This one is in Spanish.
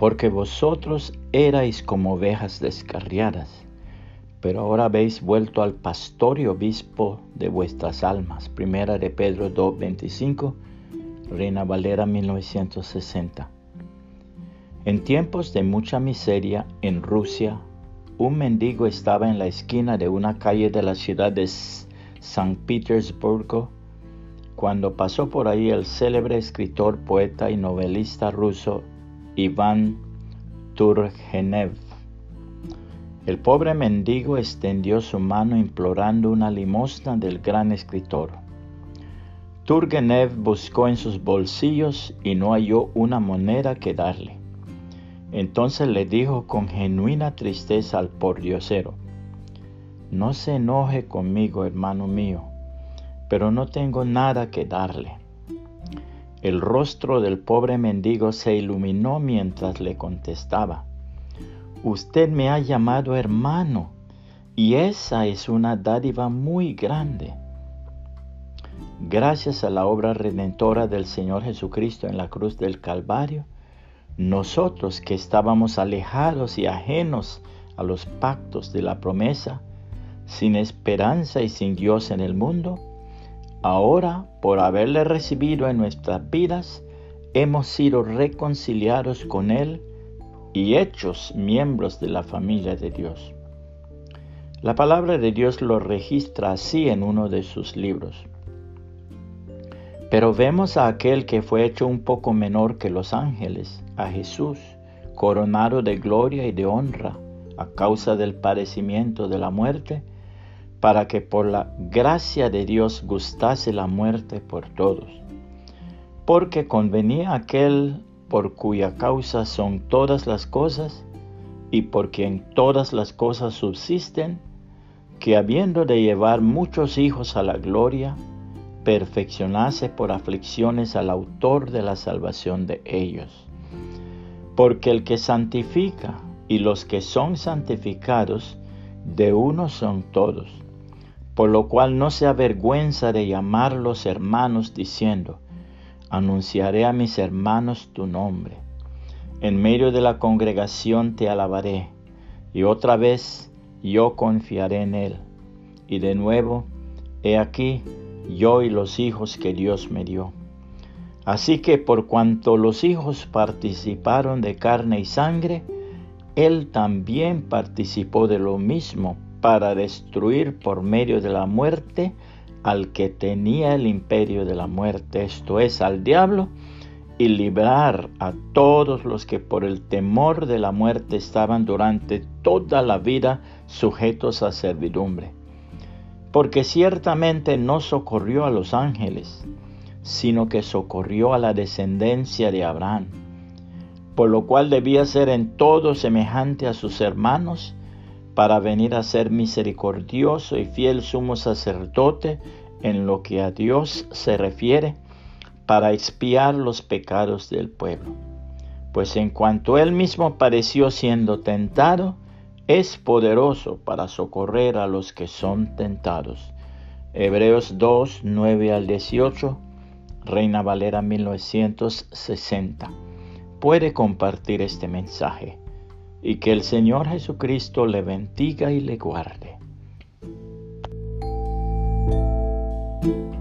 porque vosotros erais como ovejas descarriadas, pero ahora habéis vuelto al pastor y obispo de vuestras almas. Primera de Pedro 2:25, Reina Valera 1960. En tiempos de mucha miseria en Rusia, un mendigo estaba en la esquina de una calle de la ciudad de San Petersburgo cuando pasó por ahí el célebre escritor, poeta y novelista ruso Iván Turgenev. El pobre mendigo extendió su mano implorando una limosna del gran escritor. Turgenev buscó en sus bolsillos y no halló una moneda que darle. Entonces le dijo con genuina tristeza al pordiosero: «No se enoje conmigo, hermano mío, pero no tengo nada que darle». El rostro del pobre mendigo se iluminó mientras le contestaba: «Usted me ha llamado hermano, y esa es una dádiva muy grande. Gracias a la obra redentora del Señor Jesucristo en la cruz del Calvario, nosotros que estábamos alejados y ajenos a los pactos de la promesa, sin esperanza y sin Dios en el mundo, ahora, por haberle recibido en nuestras vidas, hemos sido reconciliados con Él y hechos miembros de la familia de Dios». La palabra de Dios lo registra así en uno de sus libros. Pero vemos a aquel que fue hecho un poco menor que los ángeles, a Jesús, coronado de gloria y de honra a causa del padecimiento de la muerte, para que por la gracia de Dios gustase la muerte por todos. Porque convenía aquel por cuya causa son todas las cosas, y por quien todas las cosas subsisten, que habiendo de llevar muchos hijos a la gloria, perfeccionase por aflicciones al autor de la salvación de ellos. Porque el que santifica y los que son santificados, de uno son todos. Por lo cual no se avergüenza de llamarlos hermanos, diciendo: «Anunciaré a mis hermanos tu nombre. En medio de la congregación te alabaré, y otra vez yo confiaré en él». Y de nuevo, he aquí, yo y los hijos que Dios me dio. Así que por cuanto los hijos participaron de carne y sangre, él también participó de lo mismo, para destruir por medio de la muerte al que tenía el imperio de la muerte, esto es, al diablo, y librar a todos los que por el temor de la muerte estaban durante toda la vida sujetos a servidumbre. Porque ciertamente no socorrió a los ángeles, sino que socorrió a la descendencia de Abraham, por lo cual debía ser en todo semejante a sus hermanos, para venir a ser misericordioso y fiel sumo sacerdote en lo que a Dios se refiere, para expiar los pecados del pueblo. Pues en cuanto él mismo padeció siendo tentado, es poderoso para socorrer a los que son tentados. Hebreos 2, 9 al 18, Reina Valera 1960. Puede compartir este mensaje, y que el Señor Jesucristo le bendiga y le guarde.